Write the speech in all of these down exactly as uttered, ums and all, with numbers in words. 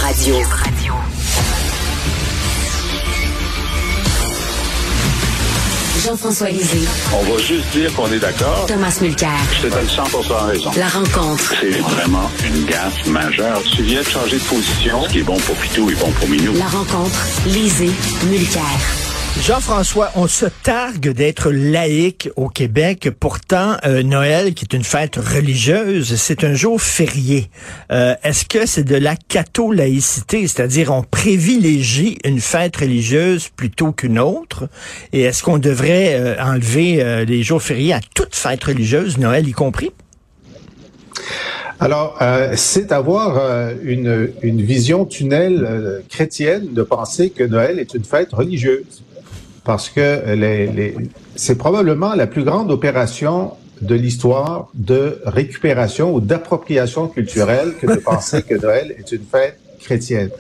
Radio. Jean-François Lisée. On va juste dire qu'on est d'accord. Thomas Mulcair. Je te donne cent pour cent raison. La rencontre. C'est vraiment une gaffe majeure. Tu viens de changer de position. Ce qui est bon pour Pitou est bon pour Minou. La rencontre. Lisée. Mulcair. Jean-François, on se targue d'être laïque au Québec. Pourtant, euh, Noël, qui est une fête religieuse, c'est un jour férié. Euh, est-ce que c'est de la catho-laïcité, c'est-à-dire on privilégie une fête religieuse plutôt qu'une autre? Et est-ce qu'on devrait euh, enlever euh, les jours fériés à toute fête religieuse, Noël y compris? Alors, euh, c'est avoir euh, une, une vision tunnel euh, chrétienne de penser que Noël est une fête religieuse. Parce que les, les, c'est probablement la plus grande opération de l'histoire de récupération ou d'appropriation culturelle que de penser que Noël est une fête chrétienne.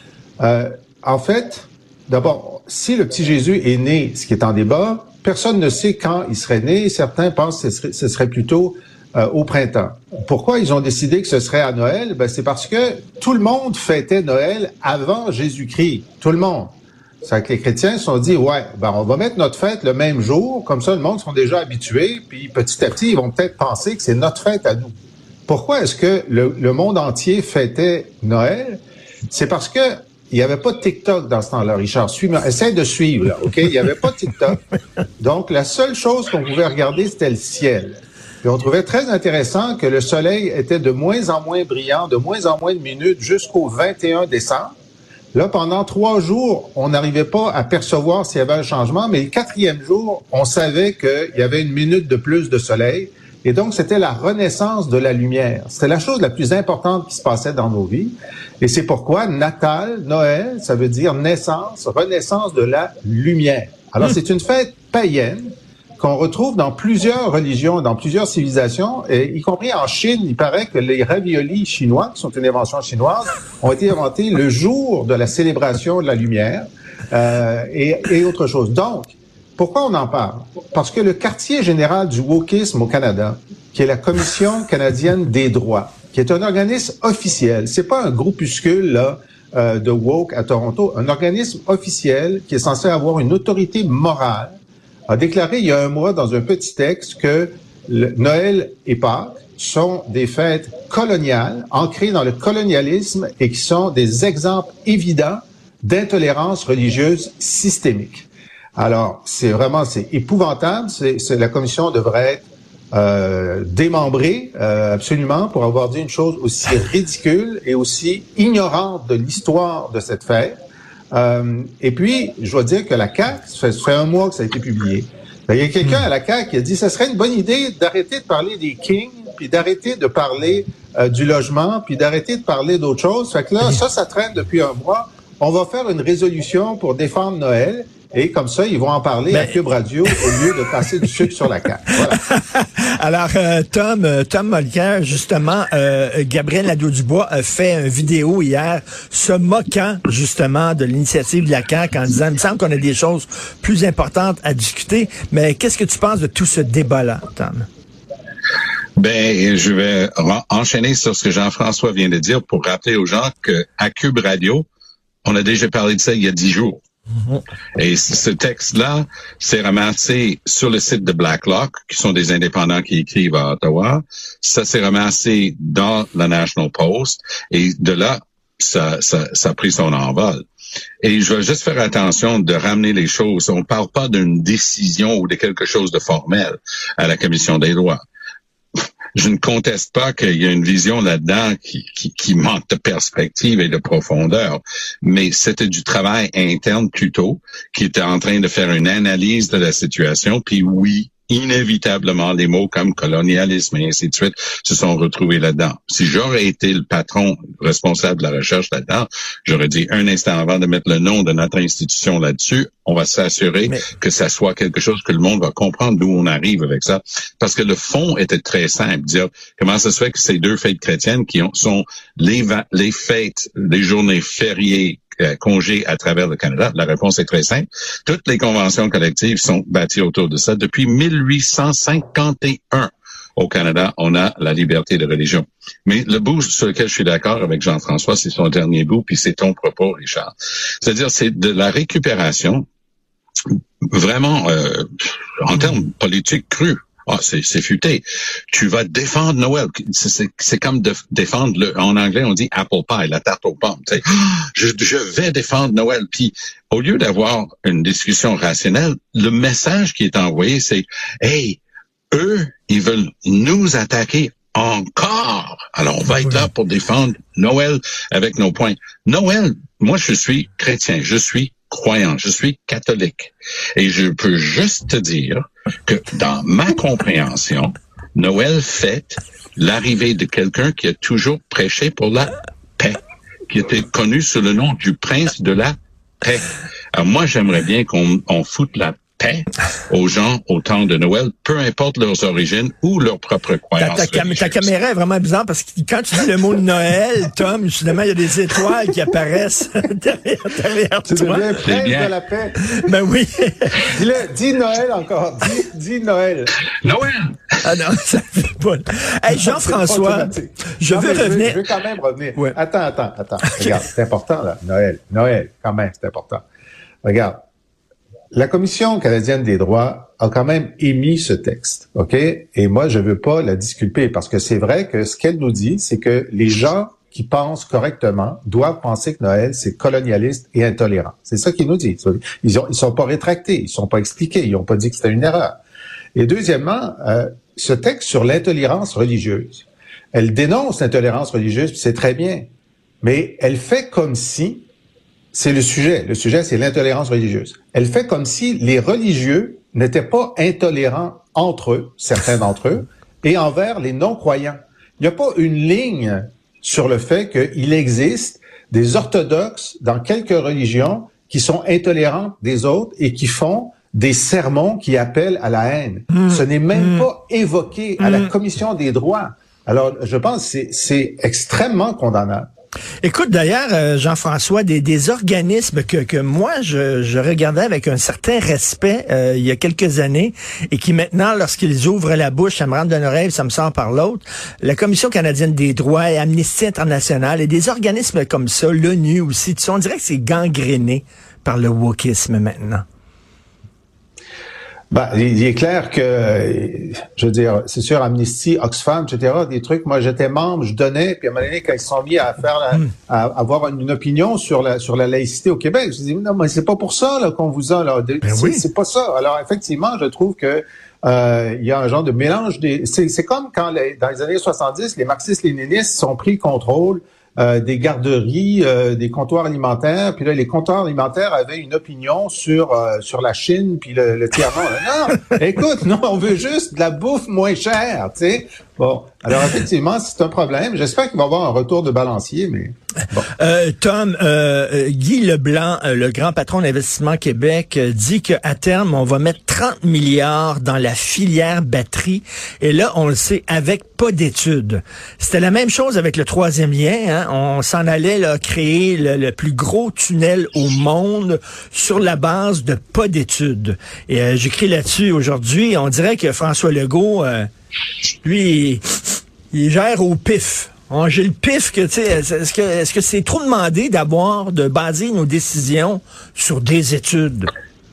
Euh, en fait, d'abord, si le petit Jésus est né, ce qui est en débat, personne ne sait quand il serait né. Certains pensent que ce serait, ce serait plutôt euh, au printemps. Pourquoi ils ont décidé que ce serait à Noël? Ben, c'est parce que tout le monde fêtait Noël avant Jésus-Christ. Tout le monde. C'est que les chrétiens se sont dit, ouais, ben on va mettre notre fête le même jour, comme ça le monde sont déjà habitués, puis petit à petit, ils vont peut-être penser que c'est notre fête à nous. Pourquoi est-ce que le, le monde entier fêtait Noël? C'est parce que il n'y avait pas de TikTok dans ce temps-là, Richard. Suis, essaie de suivre, là, OK? Il n'y avait pas de TikTok. Donc, la seule chose qu'on pouvait regarder, c'était le ciel. Puis on trouvait très intéressant que le soleil était de moins en moins brillant, de moins en moins de minutes jusqu'au vingt et un décembre. Là, pendant trois jours, on n'arrivait pas à percevoir s'il y avait un changement, mais le quatrième jour, on savait qu'il y avait une minute de plus de soleil. Et donc, c'était la renaissance de la lumière. C'était la chose la plus importante qui se passait dans nos vies. Et c'est pourquoi Natal, Noël, ça veut dire naissance, renaissance de la lumière. Alors, mmh. c'est une fête païenne qu'on retrouve dans plusieurs religions, dans plusieurs civilisations, et y compris en Chine. Il paraît que les raviolis chinois, qui sont une invention chinoise, ont été inventés le jour de la célébration de la lumière euh, et, et autre chose. Donc, pourquoi on en parle? Parce que le quartier général du wokisme au Canada, qui est la Commission canadienne des droits, qui est un organisme officiel, c'est pas un groupuscule là euh, de woke à Toronto, un organisme officiel qui est censé avoir une autorité morale, a déclaré il y a un mois dans un petit texte que le Noël et Pâques sont des fêtes coloniales, ancrées dans le colonialisme et qui sont des exemples évidents d'intolérance religieuse systémique. Alors, c'est vraiment, c'est épouvantable. C'est, c'est, la commission devrait être euh, démembrée euh, absolument pour avoir dit une chose aussi ridicule et aussi ignorante de l'histoire de cette fête. Euh, et puis, je dois dire que la C A Q, ça fait, ça fait un mois que ça a été publié. Ben, il y a quelqu'un à la C A Q qui a dit, ça serait une bonne idée d'arrêter de parler des kings, puis d'arrêter de parler euh, du logement, puis d'arrêter de parler d'autres choses. Fait que là, ça, ça traîne depuis un mois. On va faire une résolution pour défendre Noël. Et comme ça, ils vont en parler ben... à Cube Radio au lieu de passer du sucre sur la C A Q. Voilà. Alors, euh, Tom, euh, Tom Mulcair, justement, euh, Gabriel Nadeau-Dubois a fait une vidéo hier se moquant, justement, de l'initiative de la C A Q en disant, il me semble qu'on a des choses plus importantes à discuter. Mais qu'est-ce que tu penses de tout ce débat-là, Tom? Ben, je vais enchaîner sur ce que Jean-François vient de dire pour rappeler aux gens qu'à Cube Radio, on a déjà parlé de ça il y a dix jours. Et ce texte-là s'est ramassé sur le site de Blacklock, qui sont des indépendants qui écrivent à Ottawa. Ça s'est ramassé dans la National Post. Et de là, ça, ça, ça a pris son envol. Et je veux juste faire attention de ramener les choses. On ne parle pas d'une décision ou de quelque chose de formel à la Commission des lois. Je ne conteste pas qu'il y a une vision là-dedans qui, qui, qui manque de perspective et de profondeur, mais c'était du travail interne plutôt, qui était en train de faire une analyse de la situation, puis oui, inévitablement, les mots comme colonialisme et ainsi de suite se sont retrouvés là-dedans. Si j'aurais été le patron responsable de la recherche là-dedans, j'aurais dit un instant avant de mettre le nom de notre institution là-dessus, on va s'assurer Mais... que ça soit quelque chose que le monde va comprendre d'où on arrive avec ça. Parce que le fond était très simple. Dire comment ça se fait que ces deux fêtes chrétiennes qui ont, sont les, va- les fêtes, les journées fériées, congés à travers le Canada? La réponse est très simple. Toutes les conventions collectives sont bâties autour de ça depuis mille huit cent cinquante et un. au Canada, on a la liberté de religion. Mais le bout sur lequel je suis d'accord avec Jean-François, c'est son dernier bout, puis c'est ton propos, Richard. C'est-à-dire, c'est de la récupération vraiment euh, en termes politiques crus. Ah, c'est, c'est futé. Tu vas défendre Noël. C'est, c'est, c'est comme de, défendre le, en anglais, on dit apple pie, la tarte aux pommes. Tu sais, je, je vais défendre Noël. Puis, au lieu d'avoir une discussion rationnelle, le message qui est envoyé, c'est, hey, eux, ils veulent nous attaquer encore. Alors, on va être là pour défendre Noël avec nos points. Noël, moi, je suis chrétien. Je suis croyant, je suis catholique. Et je peux juste te dire que dans ma compréhension, Noël fête l'arrivée de quelqu'un qui a toujours prêché pour la paix, qui était connu sous le nom du prince de la paix. Alors moi, j'aimerais bien qu'on on foute la paix aux gens au temps de Noël, peu importe leurs origines ou leurs propres croyances. Ta, ta, ta caméra est vraiment bizarre parce que quand tu dis le mot Noël, Tom, soudainement, il y a des étoiles qui apparaissent derrière, derrière tu toi. deviens prince de la paix. Ben oui. Dis-le, dis Noël encore. Dis, dis Noël. Noël! Ah non, ça fait pas. Hey, Jean-François, je non, veux revenir. revenir. Je veux quand même revenir. Ouais. Attends, attends, attends. Regarde, c'est important, là. Noël. Noël, quand même, c'est important. Regarde. La Commission canadienne des droits a quand même émis ce texte, OK? Et moi, je veux pas la disculper parce que c'est vrai que ce qu'elle nous dit, c'est que les gens qui pensent correctement doivent penser que Noël, c'est colonialiste et intolérant. C'est ça qu'ils nous disent. Ils ont, ils sont pas rétractés, ils sont pas expliqués, ils ont pas dit que c'était une erreur. Et deuxièmement, euh, ce texte sur l'intolérance religieuse, elle dénonce l'intolérance religieuse, puis c'est très bien, mais elle fait comme si c'est le sujet. Le sujet, c'est l'intolérance religieuse. Elle fait comme si les religieux n'étaient pas intolérants entre eux, certains d'entre eux, et envers les non-croyants. Il n'y a pas une ligne sur le fait qu'il existe des orthodoxes dans quelques religions qui sont intolérants des autres et qui font des sermons qui appellent à la haine. Mmh. Ce n'est même mmh. pas évoqué à mmh. la Commission des droits. Alors, je pense que c'est, c'est extrêmement condamnable. Écoute, d'ailleurs, euh, Jean-François, des, des organismes que, que moi, je, je regardais avec un certain respect euh, il y a quelques années et qui maintenant, lorsqu'ils ouvrent la bouche, ça me rentre d'une oreille, ça me sort par l'autre, la Commission canadienne des droits et Amnesty International et des organismes comme ça, l'ONU aussi, tu sais, on dirait que c'est gangréné par le wokisme maintenant. Ben, il est clair que, je veux dire, c'est sûr, Amnesty, Oxfam, et cetera, des trucs, moi, j'étais membre, je donnais, puis à un moment donné, quand ils se sont mis à faire, la, à avoir une opinion sur la, sur la laïcité au Québec, je dis, non, mais c'est pas pour ça, là, qu'on vous a, là. Ben c'est, oui. c'est pas ça. Alors, effectivement, je trouve que, euh, il y a un genre de mélange des, c'est, c'est comme quand les, dans les années soixante-dix, les marxistes-léninistes ont pris le contrôle Euh, des garderies, euh, des comptoirs alimentaires, puis là les comptoirs alimentaires avaient une opinion sur euh, sur la Chine puis le, le tiers-monde. Non, écoute, non, on veut juste de la bouffe moins chère, tu sais. Bon, alors effectivement, c'est un problème. J'espère qu'il va y avoir un retour de balancier, mais bon. Euh, Tom, euh, Guy Leblanc, euh, le grand patron d'Investissement Québec, euh, dit qu'à terme, on va mettre trente milliards dans la filière batterie. Et là, on le sait, avec pas d'études. C'était la même chose avec le troisième lien. Hein? On s'en allait là, créer le, le plus gros tunnel au monde sur la base de pas d'études. Et euh, j'écris là-dessus aujourd'hui. On dirait que François Legault, euh, lui, il, il gère au pif. Oh, j'ai le pif que, tu sais, est-ce que, est-ce que c'est trop demandé d'avoir, de baser nos décisions sur des études?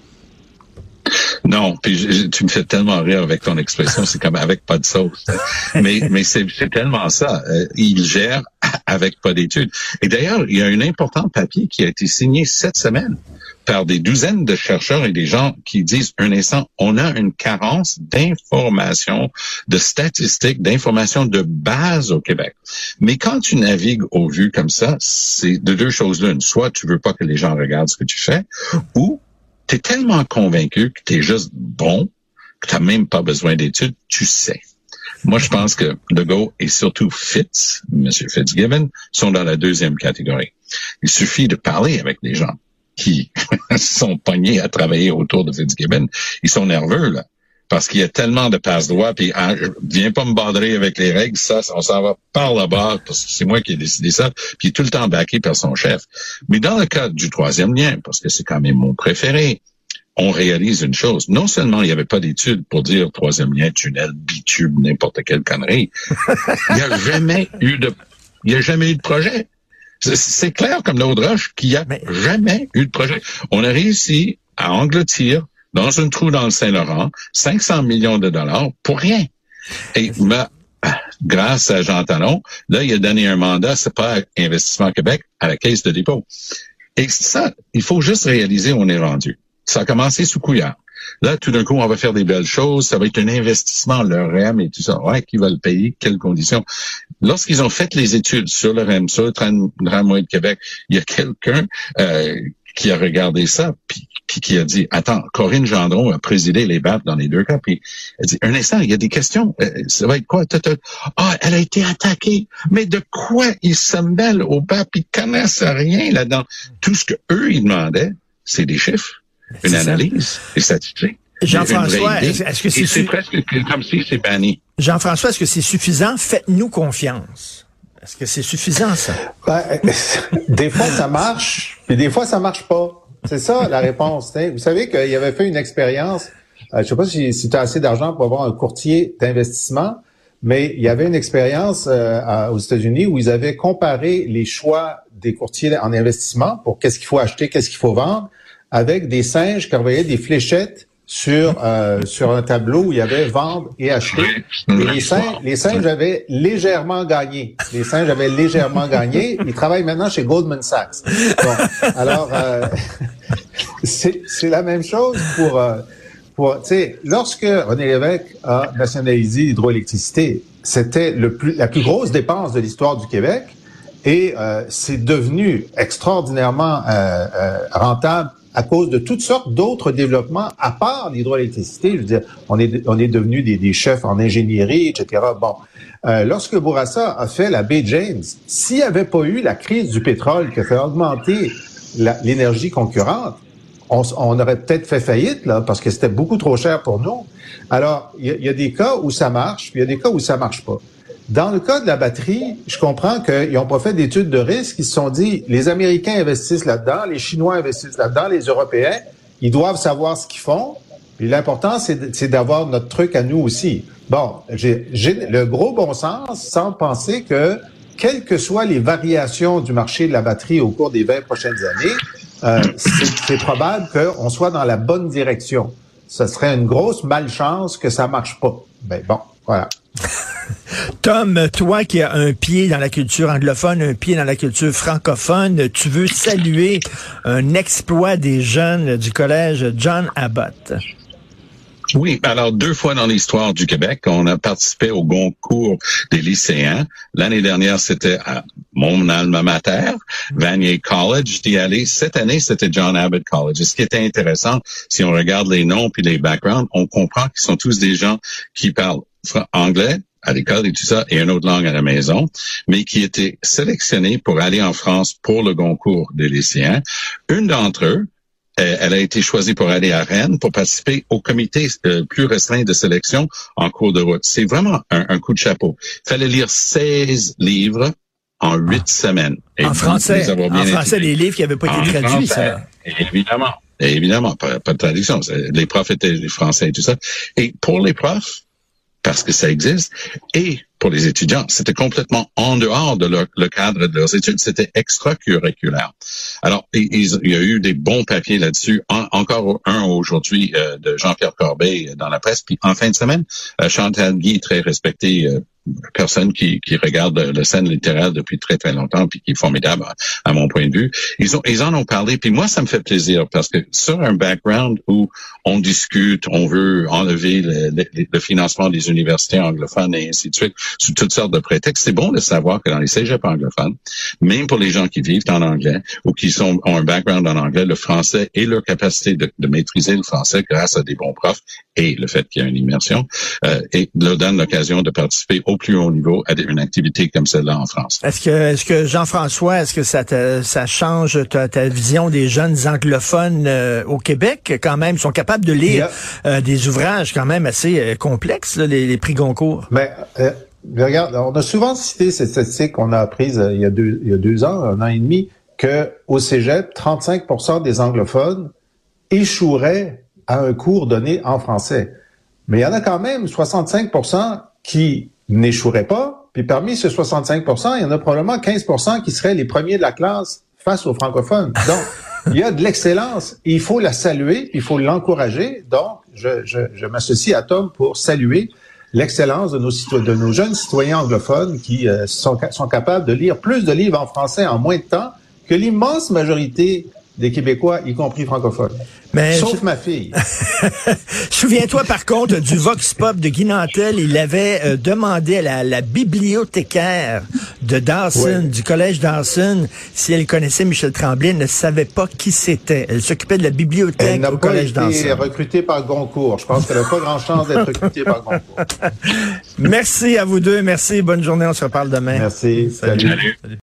Non, puis je, tu me fais tellement rire avec ton expression, c'est comme avec pas de sauce. Mais mais c'est, c'est tellement ça. Euh, il gère avec pas d'études. Et d'ailleurs, il y a un important papier qui a été signé cette semaine par des douzaines de chercheurs et des gens qui disent, un instant, on a une carence d'informations, de statistiques, d'informations de base au Québec. Mais quand tu navigues au vu comme ça, c'est de deux choses l'une. Soit tu veux pas que les gens regardent ce que tu fais, ou t'es tellement convaincu que t'es juste bon, que t'as même pas besoin d'études, tu sais. Moi, je pense que Legault et surtout Fitz, M. Fitzgibbon, sont dans la deuxième catégorie. Il suffit de parler avec des gens qui sont pognés à travailler autour de Fitzgibbon. Ils sont nerveux, là. Parce qu'il y a tellement de passe-droits, puis ah, viens pas me badrer avec les règles, ça, on s'en va par là-bas, parce que c'est moi qui ai décidé ça, puis tout le temps backé par son chef. Mais dans le cas du troisième lien, parce que c'est quand même mon préféré, on réalise une chose. Non seulement il n'y avait pas d'études pour dire troisième lien, tunnel, bitube, n'importe quelle connerie. Il n'y a jamais eu de, il n'y a jamais eu de projet. C'est, c'est clair comme l'eau de roche qu'il n'y a Mais... jamais eu de projet. On a réussi à engloutir dans un trou dans le Saint-Laurent cinq cents millions de dollars pour rien. Et ma, grâce à Jean Talon, là, il a donné un mandat, c'est pas à Investissement Québec, à la Caisse de dépôt. Et ça, il faut juste réaliser où on est rendu. Ça a commencé sous Couillard. Là, tout d'un coup, on va faire des belles choses. Ça va être un investissement, le R E M et tout ça. Ouais, qui va le payer? Quelles conditions? Lorsqu'ils ont fait les études sur le R E M, sur le tramway de Québec, il y a quelqu'un euh, qui a regardé ça, puis, puis qui a dit, attends, Corinne Gendron a présidé les B A P dans les deux cas, puis elle dit, un instant, il y a des questions. Euh, ça va être quoi? Ah, elle a été attaquée. Mais de quoi ils se mêlent au B A P? Ils connaissent rien là-dedans. Tout ce que eux ils demandaient, c'est des chiffres. Une c'est analyse, ça. Des statistiques. Jean-François, est-ce que c'est, c'est su... presque comme si c'est banni. Jean-François, est-ce que c'est suffisant? Faites-nous confiance. Est-ce que c'est suffisant, ça? Ben, des fois, ça marche, puis des fois, ça marche pas. C'est ça, la réponse. T'sais. Vous savez qu'il avait fait une expérience, euh, je sais pas si, si tu as assez d'argent pour avoir un courtier d'investissement, mais il y avait une expérience euh, à, aux États-Unis où ils avaient comparé les choix des courtiers en investissement pour qu'est-ce qu'il faut acheter, qu'est-ce qu'il faut vendre, avec des singes qui envoyaient des fléchettes sur euh, sur un tableau où il y avait vendre et acheter. Et les singes, les singes avaient légèrement gagné. Les singes avaient légèrement gagné. Ils travaillent maintenant chez Goldman Sachs. Bon, alors euh, c'est c'est la même chose pour euh, pour tu sais lorsque René Lévesque a nationalisé l'hydroélectricité, c'était le plus la plus grosse dépense de l'histoire du Québec et euh, c'est devenu extraordinairement euh, euh, rentable à cause de toutes sortes d'autres développements à part l'hydroélectricité. Je veux dire, on est on est devenu des, des chefs en ingénierie, et cetera. Bon, euh, lorsque Bourassa a fait la baie James, s'il n'y avait pas eu la crise du pétrole qui a fait augmenter la, l'énergie concurrente, on, on aurait peut-être fait faillite là parce que c'était beaucoup trop cher pour nous. Alors, il y, y a des cas où ça marche, puis il y a des cas où ça marche pas. Dans le cas de la batterie, je comprends qu'ils n'ont pas fait d'études de risque. Ils se sont dit, les Américains investissent là-dedans, les Chinois investissent là-dedans, les Européens, ils doivent savoir ce qu'ils font. Puis l'important, c'est, c'est d'avoir notre truc à nous aussi. Bon, j'ai, j'ai le gros bon sens sans penser que, quelles que soient les variations du marché de la batterie au cours des vingt prochaines années, euh, c'est, c'est probable qu'on soit dans la bonne direction. Ce serait une grosse malchance que ça marche pas. Ben bon, voilà. Tom, toi qui as un pied dans la culture anglophone, un pied dans la culture francophone, tu veux saluer un exploit des jeunes du collège John Abbott. Oui, alors deux fois dans l'histoire du Québec, on a participé au concours des lycéens. L'année dernière, c'était à mon alma mater, Vanier College, d'y aller. Cette année, c'était John Abbott College. Et ce qui était intéressant, si on regarde les noms puis les backgrounds, on comprend qu'ils sont tous des gens qui parlent anglais à l'école et tout ça, et une autre langue à la maison, mais qui étaient sélectionnés pour aller en France pour le concours des lycéens. Une d'entre eux, elle a été choisie pour aller à Rennes pour participer au comité euh, plus restreint de sélection en cours de route. C'est vraiment un, un coup de chapeau. Il fallait lire seize livres en huit ah. semaines. Et en français, en français, les livres qui n'avaient pas été traduits, ça. Évidemment. Et évidemment, pas, pas de traduction. Les profs étaient les français et tout ça. Et pour les profs, parce que ça existe, et pour les étudiants, c'était complètement en dehors de leur, le cadre de leurs études, c'était extracurriculaire. Alors, il, il y a eu des bons papiers là-dessus, en, encore un aujourd'hui euh, de Jean-Pierre Corbeil dans la presse, puis en fin de semaine, euh, Chantal Guy, très respectée euh, personne qui, qui regarde la scène littéraire depuis très très longtemps puis qui est formidable à, à mon point de vue. Ils ont ils en ont parlé puis moi ça me fait plaisir parce que sur un background où on discute, on veut enlever le, le, le financement des universités anglophones et ainsi de suite sous toutes sortes de prétextes, c'est bon de savoir que dans les cégeps anglophones, même pour les gens qui vivent en anglais ou qui sont ont un background en anglais, le français et leur capacité de, de maîtriser le français grâce à des bons profs et le fait qu'il y a une immersion euh, et leur donne l'occasion de participer au plus haut niveau à une activité comme celle-là en France. Est-ce que, est-ce que Jean-François, est-ce que ça te, ça change ta, ta vision des jeunes anglophones euh, au Québec? Quand même, ils sont capables de lire yeah. euh, des ouvrages quand même assez euh, complexes, là, les, les prix Goncourt. Ben, euh, regarde, on a souvent cité cette statistique qu'on a apprise euh, il y a deux, il y a deux ans, un an et demi, que au Cégep, trente-cinq pour cent des anglophones échoueraient à un cours donné en français. Mais il y en a quand même soixante-cinq pour cent qui n'échoueraient pas, puis parmi ces soixante-cinq pour cent, il y en a probablement quinze pour cent qui seraient les premiers de la classe face aux francophones. Donc, il y a de l'excellence, et il faut la saluer, puis il faut l'encourager. Donc, je, je, je m'associe à Tom pour saluer l'excellence de nos, de nos jeunes citoyens anglophones qui euh, sont, sont capables de lire plus de livres en français en moins de temps que l'immense majorité des Québécois, y compris francophones. Mais Sauf je... ma fille. Souviens-toi par contre du Vox Pop de Guy Nantel. Il avait euh, demandé à la, la bibliothécaire de Dawson, oui. du collège Dawson, si elle connaissait Michel Tremblay. Elle ne savait pas qui c'était. Elle s'occupait de la bibliothèque au collège Dawson. Elle n'a pas été recrutée par Goncourt. Je pense qu'elle n'a pas grand chance d'être recrutée par Goncourt. Merci à vous deux. Merci. Bonne journée. On se reparle demain. Merci. Salut. Salut. Salut.